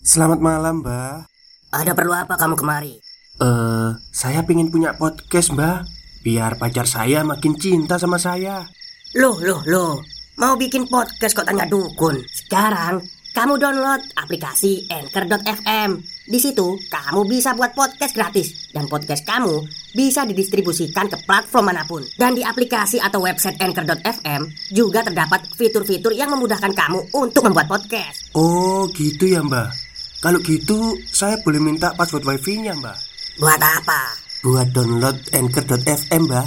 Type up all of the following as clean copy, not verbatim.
Selamat malam, Mbak. Ada perlu apa kamu kemari? Saya pengen punya podcast, Mbak. Biar pacar saya makin cinta sama saya. Loh, mau bikin podcast kok tanya dukun? Sekarang kamu download aplikasi Anchor.fm. Di situ kamu bisa buat podcast gratis. Dan podcast kamu bisa didistribusikan ke platform manapun. Dan di aplikasi atau website Anchor.fm juga terdapat fitur-fitur yang memudahkan kamu untuk membuat podcast. Oh, gitu ya, Mbak. Kalau gitu, saya boleh minta password wifi-nya, Mbak. Buat apa? Buat download Anchor.fm, Mbak.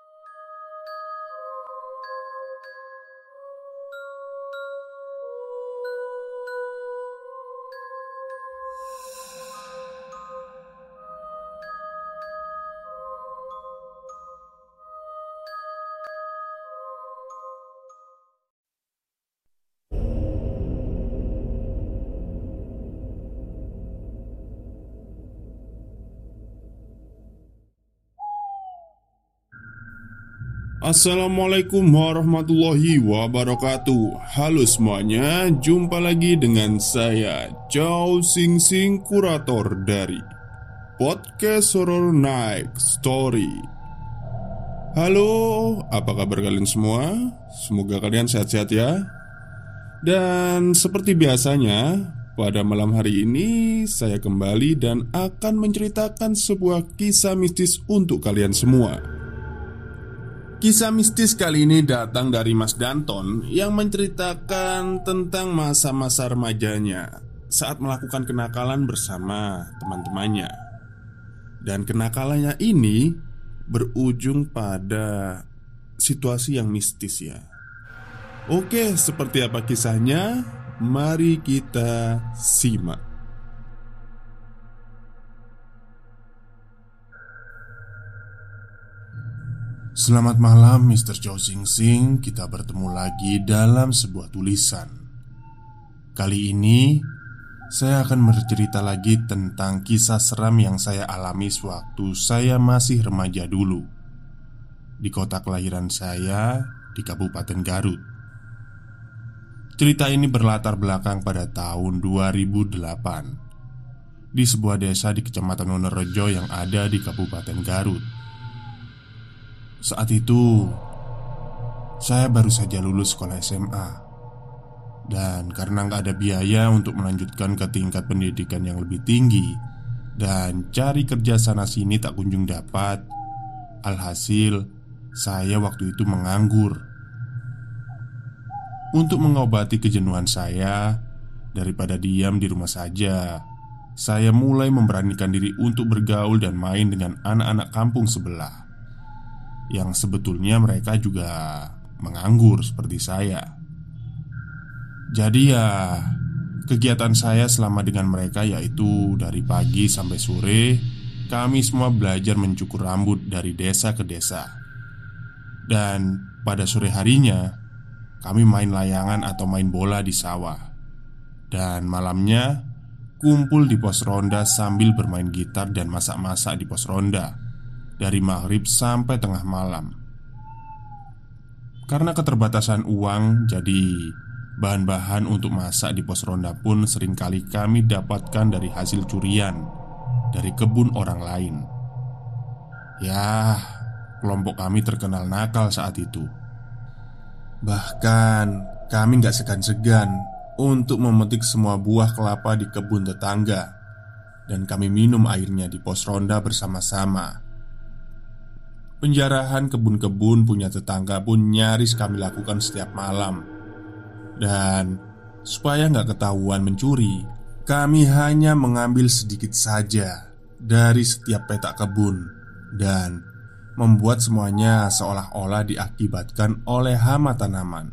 Assalamualaikum warahmatullahi wabarakatuh. Halo semuanya, jumpa lagi dengan saya Chow Sing Sing, kurator dari Podcast Horror Night Story. Halo, apa kabar kalian semua? Semoga kalian sehat-sehat ya. Dan seperti biasanya, pada malam hari ini saya kembali dan akan menceritakan sebuah kisah mistis untuk kalian semua. Kisah mistis kali ini datang dari Mas Danton yang menceritakan tentang masa-masa remajanya saat melakukan kenakalan bersama teman-temannya. Dan kenakalannya ini berujung pada situasi yang mistis ya. Oke, seperti apa kisahnya? Mari kita simak. Selamat malam Mr. Chow Sing Sing. Kita bertemu lagi dalam sebuah tulisan. Kali ini saya akan bercerita lagi tentang kisah seram yang saya alami sewaktu saya masih remaja dulu, di kota kelahiran saya di Kabupaten Garut. Cerita ini berlatar belakang pada tahun 2008 di sebuah desa di Kecamatan Wonorejo yang ada di Kabupaten Garut. Saat itu saya baru saja lulus sekolah SMA. Dan karena nggak ada biaya untuk melanjutkan ke tingkat pendidikan yang lebih tinggi dan cari kerja sana-sini tak kunjung dapat, alhasil saya waktu itu menganggur. Untuk mengobati kejenuhan saya, daripada diam di rumah saja, saya mulai memberanikan diri untuk bergaul dan main dengan anak-anak kampung sebelah yang sebetulnya mereka juga menganggur seperti saya. Jadi ya, kegiatan saya selama dengan mereka yaitu dari pagi sampai sore kami semua belajar mencukur rambut dari desa ke desa. Dan pada sore harinya kami main layangan atau main bola di sawah. Dan malamnya kumpul di pos ronda sambil bermain gitar dan masak-masak di pos ronda dari maghrib sampai tengah malam. Karena keterbatasan uang, jadi bahan-bahan untuk masak di pos ronda pun seringkali kami dapatkan dari hasil curian dari kebun orang lain. Ya, kelompok kami terkenal nakal saat itu. Bahkan kami gak segan-segan untuk memetik semua buah kelapa di kebun tetangga, dan kami minum airnya di pos ronda bersama-sama. Penjarahan kebun-kebun punya tetangga pun nyaris kami lakukan setiap malam. Dan supaya nggak ketahuan mencuri, kami hanya mengambil sedikit saja dari setiap petak kebun dan membuat semuanya seolah-olah diakibatkan oleh hama tanaman.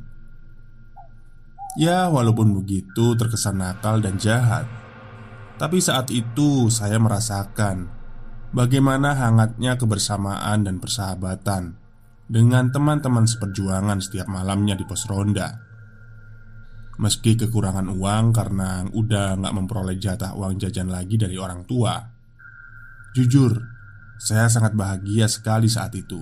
Ya, walaupun begitu terkesan nakal dan jahat, tapi saat itu saya merasakan bagaimana hangatnya kebersamaan dan persahabatan dengan teman-teman seperjuangan setiap malamnya di pos ronda. Meski kekurangan uang karena udah gak memperoleh jatah uang jajan lagi dari orang tua, jujur, saya sangat bahagia sekali saat itu.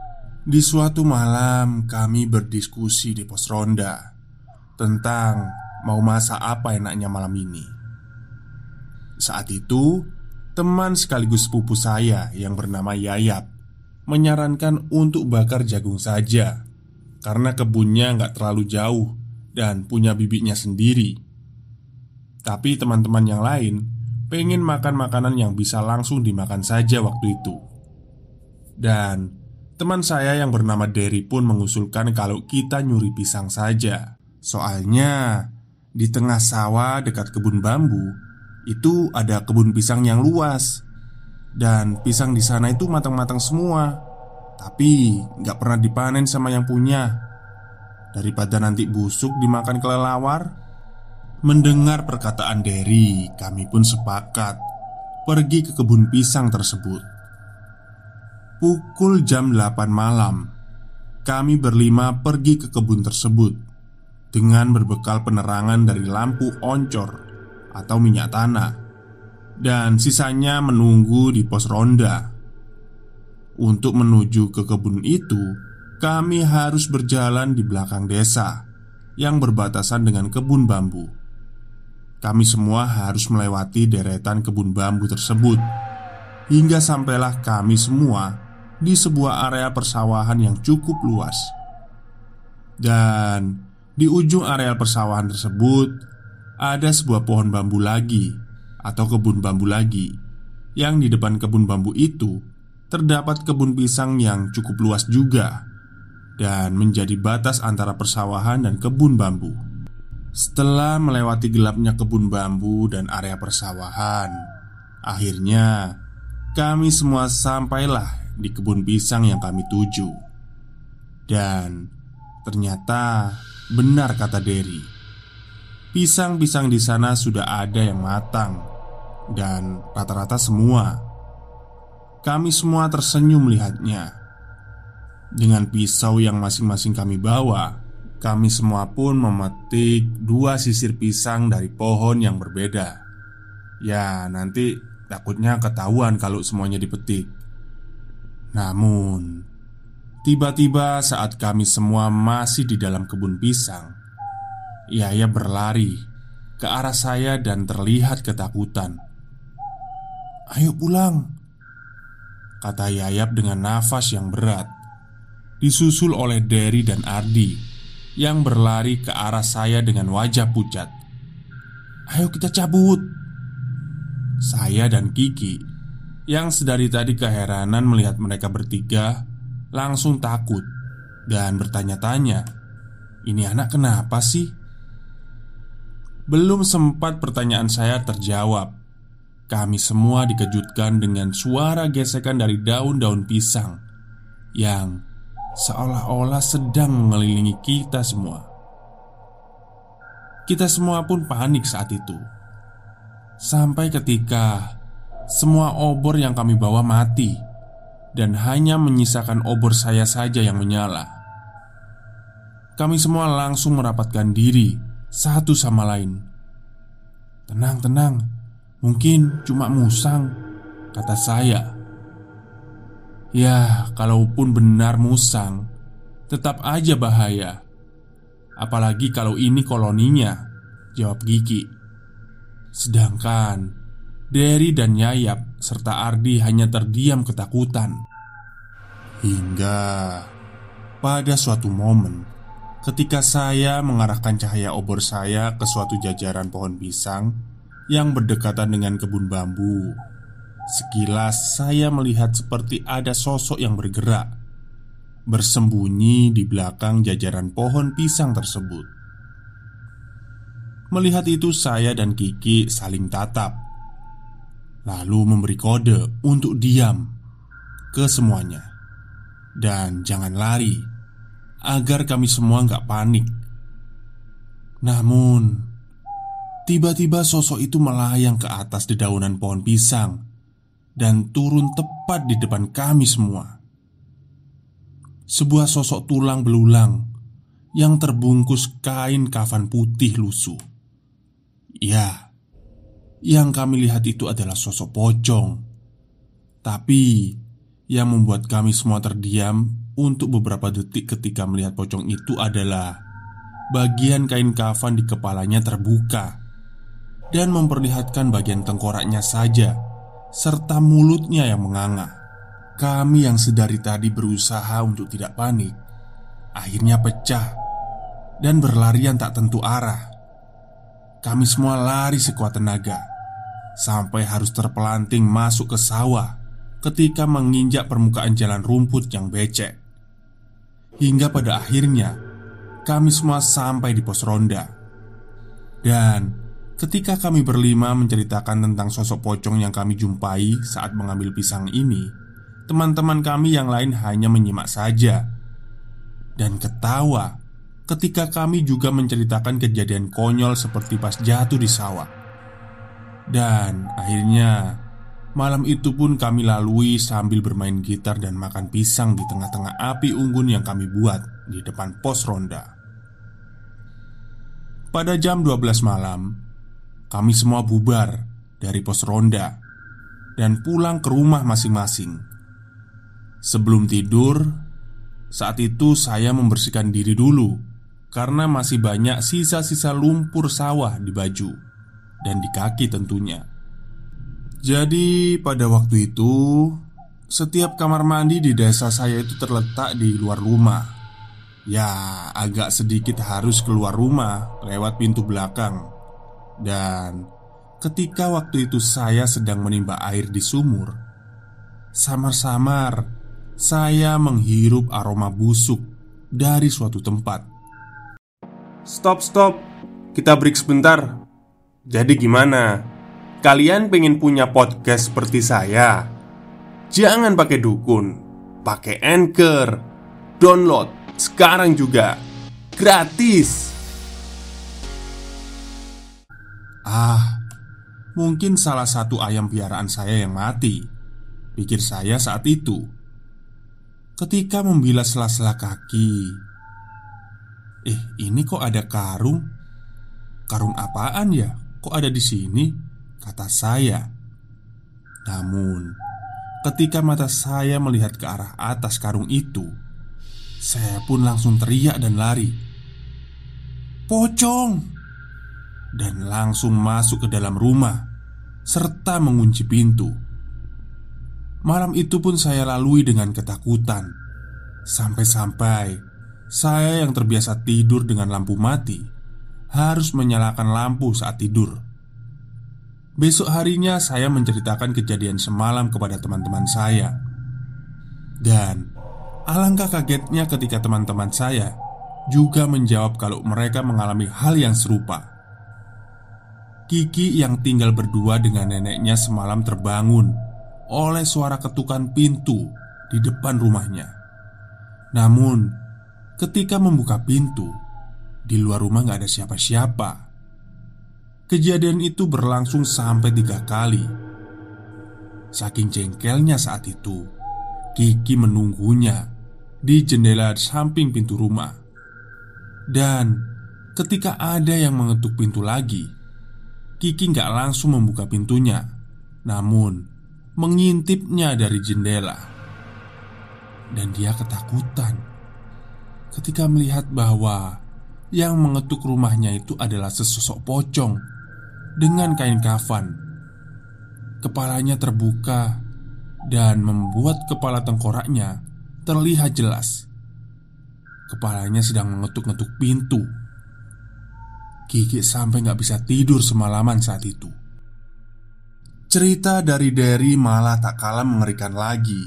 Di suatu malam kami berdiskusi di pos ronda tentang mau masak apa enaknya malam ini. Saat itu, teman sekaligus sepupu saya yang bernama Yayap menyarankan untuk bakar jagung saja, karena kebunnya nggak terlalu jauh dan punya bibitnya sendiri. Tapi teman-teman yang lain pengen makan makanan yang bisa langsung dimakan saja waktu itu. Dan teman saya yang bernama Derry pun mengusulkan kalau kita nyuri pisang saja. Soalnya di tengah sawah dekat kebun bambu itu ada kebun pisang yang luas. Dan pisang di sana itu matang-matang semua, tapi nggak pernah dipanen sama yang punya. Daripada nanti busuk dimakan kelelawar. Mendengar perkataan Derry, kami pun sepakat pergi ke kebun pisang tersebut. Pukul jam 8 malam, kami berlima pergi ke kebun tersebut dengan berbekal penerangan dari lampu oncor atau minyak tanah, dan sisanya menunggu di pos ronda. Untuk menuju ke kebun itu, kami harus berjalan di belakang desa yang berbatasan dengan kebun bambu. Kami semua harus melewati deretan kebun bambu tersebut hingga sampailah kami semua di sebuah area persawahan yang cukup luas. Dan di ujung area persawahan tersebut ada sebuah pohon bambu lagi atau kebun bambu lagi. Yang di depan kebun bambu itu terdapat kebun pisang yang cukup luas juga dan menjadi batas antara persawahan dan kebun bambu. Setelah melewati gelapnya kebun bambu dan area persawahan, akhirnya kami semua sampailah di kebun pisang yang kami tuju. Dan ternyata benar kata Derry, pisang-pisang di sana sudah ada yang matang dan rata-rata semua. Kami semua tersenyum melihatnya. Dengan pisau yang masing-masing kami bawa, kami semua pun memetik 2 sisir pisang dari pohon yang berbeda. Ya, nanti takutnya ketahuan kalau semuanya dipetik. Namun, tiba-tiba saat kami semua masih di dalam kebun pisang, Yaya berlari ke arah saya dan terlihat ketakutan. "Ayo pulang," kata Yayap dengan nafas yang berat, disusul oleh Derry dan Ardi yang berlari ke arah saya dengan wajah pucat. "Ayo kita cabut." Saya dan Kiki yang sedari tadi keheranan melihat mereka bertiga langsung takut dan bertanya-tanya, "Ini anak kenapa sih?" Belum sempat pertanyaan saya terjawab, kami semua dikejutkan dengan suara gesekan dari daun-daun pisang yang seolah-olah sedang mengelilingi kita semua. Kita semua pun panik saat itu. Sampai ketika semua obor yang kami bawa mati dan hanya menyisakan obor saya saja yang menyala. Kami semua langsung merapatkan diri satu sama lain. "Tenang, tenang, mungkin cuma musang," kata saya. "Ya, kalaupun benar musang, tetap aja bahaya. Apalagi kalau ini koloninya," jawab Kiki. Sedangkan Derry dan Yayap serta Ardi hanya terdiam ketakutan. Hingga pada suatu momen, ketika saya mengarahkan cahaya obor saya ke suatu jajaran pohon pisang yang berdekatan dengan kebun bambu, sekilas saya melihat seperti ada sosok yang bergerak, bersembunyi di belakang jajaran pohon pisang tersebut. Melihat itu saya dan Kiki saling tatap, lalu memberi kode untuk diam ke semuanya dan jangan lari, agar kami semua gak panik. Namun tiba-tiba sosok itu melayang ke atas dedaunan pohon pisang dan turun tepat di depan kami semua. Sebuah sosok tulang belulang yang terbungkus kain kafan putih lusuh. Ya, yang kami lihat itu adalah sosok pocong. Tapi yang membuat kami semua terdiam untuk beberapa detik ketika melihat pocong itu adalah bagian kain kafan di kepalanya terbuka dan memperlihatkan bagian tengkoraknya saja, serta mulutnya yang menganga. Kami yang sedari tadi berusaha untuk tidak panik, akhirnya pecah dan berlarian tak tentu arah. Kami semua lari sekuat tenaga, sampai harus terpelanting masuk ke sawah ketika menginjak permukaan jalan rumput yang becek. Hingga pada akhirnya kami semua sampai di pos ronda. Dan ketika kami berlima menceritakan tentang sosok pocong yang kami jumpai saat mengambil pisang ini, teman-teman kami yang lain hanya menyimak saja dan ketawa ketika kami juga menceritakan kejadian konyol seperti pas jatuh di sawah. Dan akhirnya malam itu pun kami lalui sambil bermain gitar dan makan pisang di tengah-tengah api unggun yang kami buat di depan pos ronda. Pada jam 12 malam, kami semua bubar dari pos ronda dan pulang ke rumah masing-masing. Sebelum tidur, saat itu saya membersihkan diri dulu karena masih banyak sisa-sisa lumpur sawah di baju dan di kaki tentunya. Jadi pada waktu itu, setiap kamar mandi di desa saya itu terletak di luar rumah. Ya, agak sedikit harus keluar rumah lewat pintu belakang. Dan ketika waktu itu saya sedang menimba air di sumur, samar-samar saya menghirup aroma busuk dari suatu tempat. Stop, kita break sebentar. Jadi gimana? Kalian pengen punya podcast seperti saya? Jangan pakai dukun, pakai Anchor. Download sekarang juga, gratis. Mungkin salah satu ayam piaraan saya yang mati, pikir saya saat itu. Ketika membilas sela-sela kaki, ini kok ada karung? Karung apaan ya? Kok ada di sini? Kata saya. Namun, ketika mata saya melihat ke arah atas karung itu, saya pun langsung teriak dan lari. Pocong! Dan langsung masuk ke dalam rumah serta mengunci pintu. Malam itu pun saya lalui dengan ketakutan. Sampai-sampai saya yang terbiasa tidur dengan lampu mati harus menyalakan lampu saat tidur. Besok harinya saya menceritakan kejadian semalam kepada teman-teman saya. Dan alangkah kagetnya ketika teman-teman saya juga menjawab kalau mereka mengalami hal yang serupa. Kiki yang tinggal berdua dengan neneknya semalam terbangun oleh suara ketukan pintu di depan rumahnya. Namun, ketika membuka pintu, di luar rumah gak ada siapa-siapa. Kejadian itu berlangsung sampai 3 kali. Saking jengkelnya saat itu, Kiki menunggunya di jendela samping pintu rumah. Dan ketika ada yang mengetuk pintu lagi, Kiki gak langsung membuka pintunya, namun mengintipnya dari jendela. Dan dia ketakutan ketika melihat bahwa yang mengetuk rumahnya itu adalah sesosok pocong dengan kain kafan. Kepalanya terbuka dan membuat kepala tengkoraknya terlihat jelas. Kepalanya sedang mengetuk-ngetuk pintu. Kiki sampai gak bisa tidur semalaman saat itu. Cerita dari Derry malah tak kalah mengerikan lagi.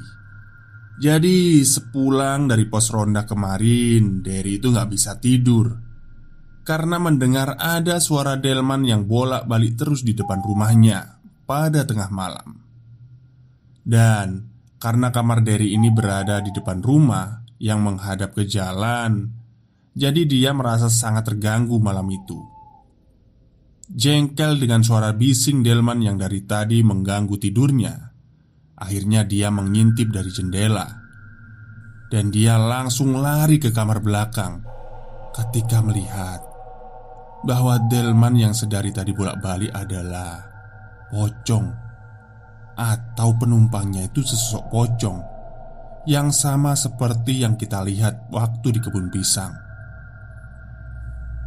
Jadi sepulang dari pos ronda kemarin, Derry itu gak bisa tidur karena mendengar ada suara delman yang bolak-balik terus di depan rumahnya pada tengah malam. Dan karena kamar Derry ini berada di depan rumah yang menghadap ke jalan, jadi dia merasa sangat terganggu malam itu. Jengkel dengan suara bising delman yang dari tadi mengganggu tidurnya, akhirnya dia mengintip dari jendela. Dan dia langsung lari ke kamar belakang ketika melihat bahwa delman yang sedari tadi bolak-balik adalah pocong, atau penumpangnya itu sesosok pocong yang sama seperti yang kita lihat waktu di kebun pisang.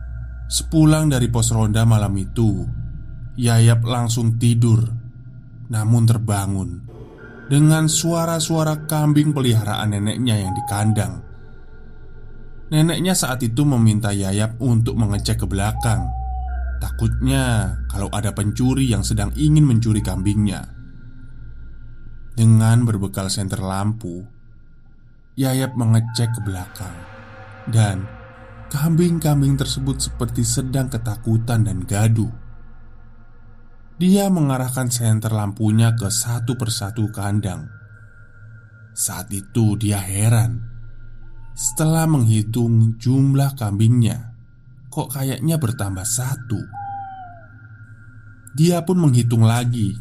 Sepulang dari pos ronda malam itu, Yayap langsung tidur, namun terbangun dengan suara-suara kambing peliharaan neneknya yang di kandang. Neneknya saat itu meminta Yayap untuk mengecek ke belakang. Takutnya kalau ada pencuri yang sedang ingin mencuri kambingnya. Dengan berbekal senter lampu, Yayap mengecek ke belakang, dan kambing-kambing tersebut seperti sedang ketakutan dan gaduh. Dia mengarahkan senter lampunya ke satu persatu kandang. Saat itu dia heran. Setelah menghitung jumlah kambingnya, kok kayaknya bertambah satu. Dia pun menghitung lagi.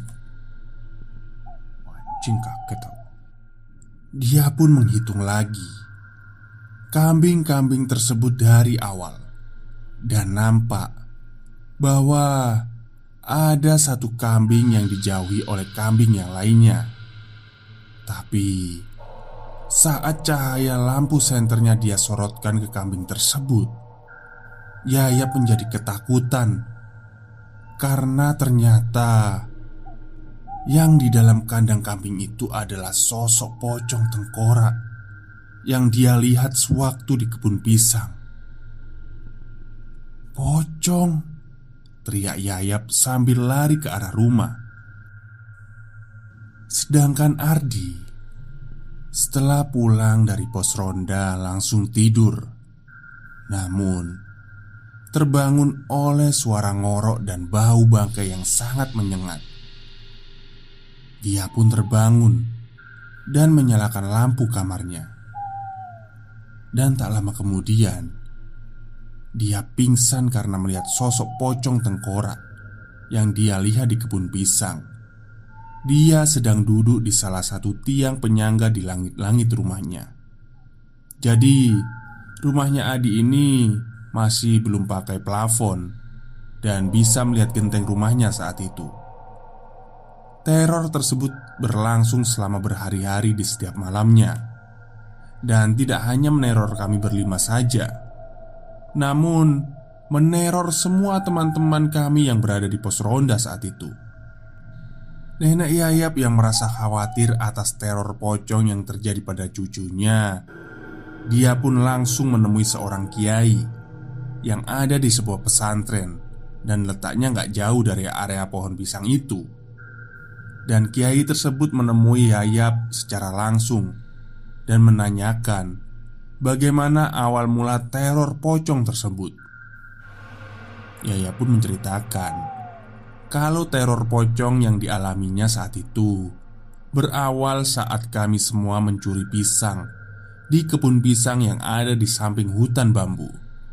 Anjing, kaget aku. Dia pun menghitung lagi kambing-kambing tersebut dari awal, dan nampak bahwa ada satu kambing yang dijauhi oleh kambing yang lainnya. Tapi saat cahaya lampu senternya dia sorotkan ke kambing tersebut, Yayap menjadi ketakutan karena ternyata yang di dalam kandang kambing itu adalah sosok pocong tengkorak yang dia lihat sewaktu di kebun pisang. "Pocong!" teriak Yayap sambil lari ke arah rumah. Sedangkan Ardi, setelah pulang dari pos ronda, langsung tidur. Namun terbangun oleh suara ngorok dan bau bangkai yang sangat menyengat. Dia pun terbangun dan menyalakan lampu kamarnya. Dan tak lama kemudian, dia pingsan karena melihat sosok pocong tengkorak yang dia lihat di kebun pisang. Dia sedang duduk di salah satu tiang penyangga di langit-langit rumahnya. Jadi, rumahnya Adi ini masih belum pakai plafon dan bisa melihat genteng rumahnya saat itu. Teror tersebut berlangsung selama berhari-hari di setiap malamnya. Dan tidak hanya meneror kami berlima saja, namun meneror semua teman-teman kami yang berada di pos ronda saat itu. Nenek Yayap yang merasa khawatir atas teror pocong yang terjadi pada cucunya, dia pun langsung menemui seorang kiai yang ada di sebuah pesantren dan letaknya gak jauh dari area pohon pisang itu. Dan kiai tersebut menemui Yayap secara langsung dan menanyakan bagaimana awal mula teror pocong tersebut. Yayap pun menceritakan kalau teror pocong yang dialaminya saat itu berawal saat kami semua mencuri pisang di kebun pisang yang ada di samping hutan bambu.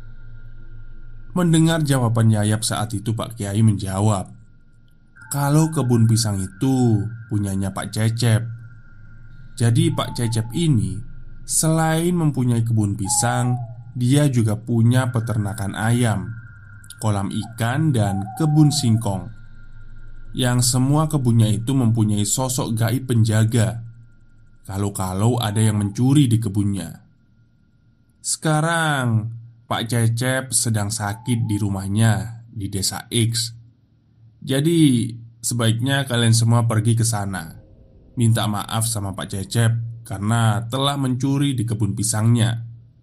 Mendengar jawaban Yayap saat itu, Pak Kiai menjawab kalau kebun pisang itu punyanya Pak Cecep. Jadi Pak Cecep ini selain mempunyai kebun pisang, dia juga punya peternakan ayam, kolam ikan, dan kebun singkong. Yang semua kebunnya itu mempunyai sosok gaib penjaga kalau ada yang mencuri di kebunnya. Sekarang Pak Cecep sedang sakit di rumahnya di desa X. Jadi sebaiknya kalian semua pergi ke sana, minta maaf sama Pak Cecep karena telah mencuri di kebun pisangnya.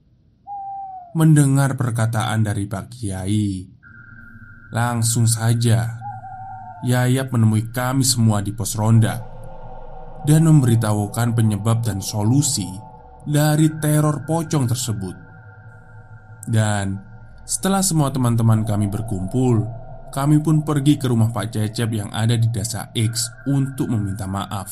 Mendengar perkataan dari Pak Kiai, langsung saja Yayap menemui kami semua di pos ronda dan memberitahukan penyebab dan solusi dari teror pocong tersebut. Dan setelah semua teman-teman kami berkumpul, kami pun pergi ke rumah Pak Cecep yang ada di desa X untuk meminta maaf.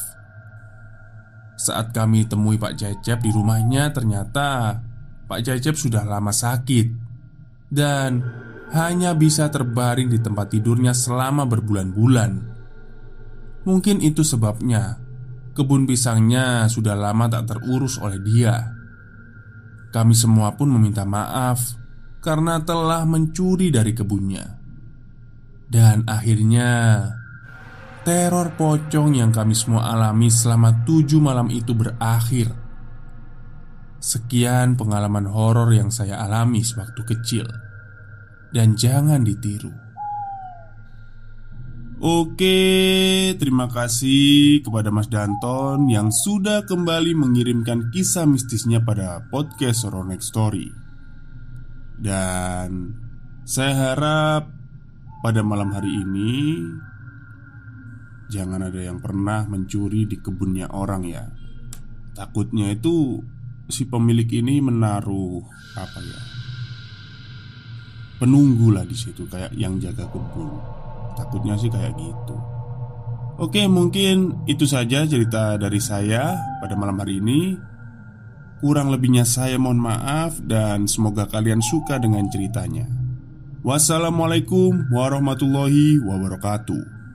Saat kami temui Pak Cecep di rumahnya, ternyata Pak Cecep sudah lama sakit dan hanya bisa terbaring di tempat tidurnya selama berbulan-bulan. Mungkin itu sebabnya kebun pisangnya sudah lama tak terurus oleh dia. Kami semua pun meminta maaf karena telah mencuri dari kebunnya. Dan akhirnya teror pocong yang kami semua alami selama 7 malam itu berakhir. Sekian pengalaman horor yang saya alami sewaktu kecil. dan jangan ditiru. Oke, terima kasih kepada Mas Danton yang sudah kembali mengirimkan kisah mistisnya pada podcast Horror Next Story. Dan saya harap pada malam hari ini jangan ada yang pernah mencuri di kebunnya orang ya. Takutnya itu si pemilik ini menaruh penunggu lah di situ, kayak yang jaga kebun. Takutnya sih kayak gitu. Oke, mungkin itu saja cerita dari saya pada malam hari ini. Kurang lebihnya saya mohon maaf dan semoga kalian suka dengan ceritanya. Wassalamualaikum warahmatullahi wabarakatuh.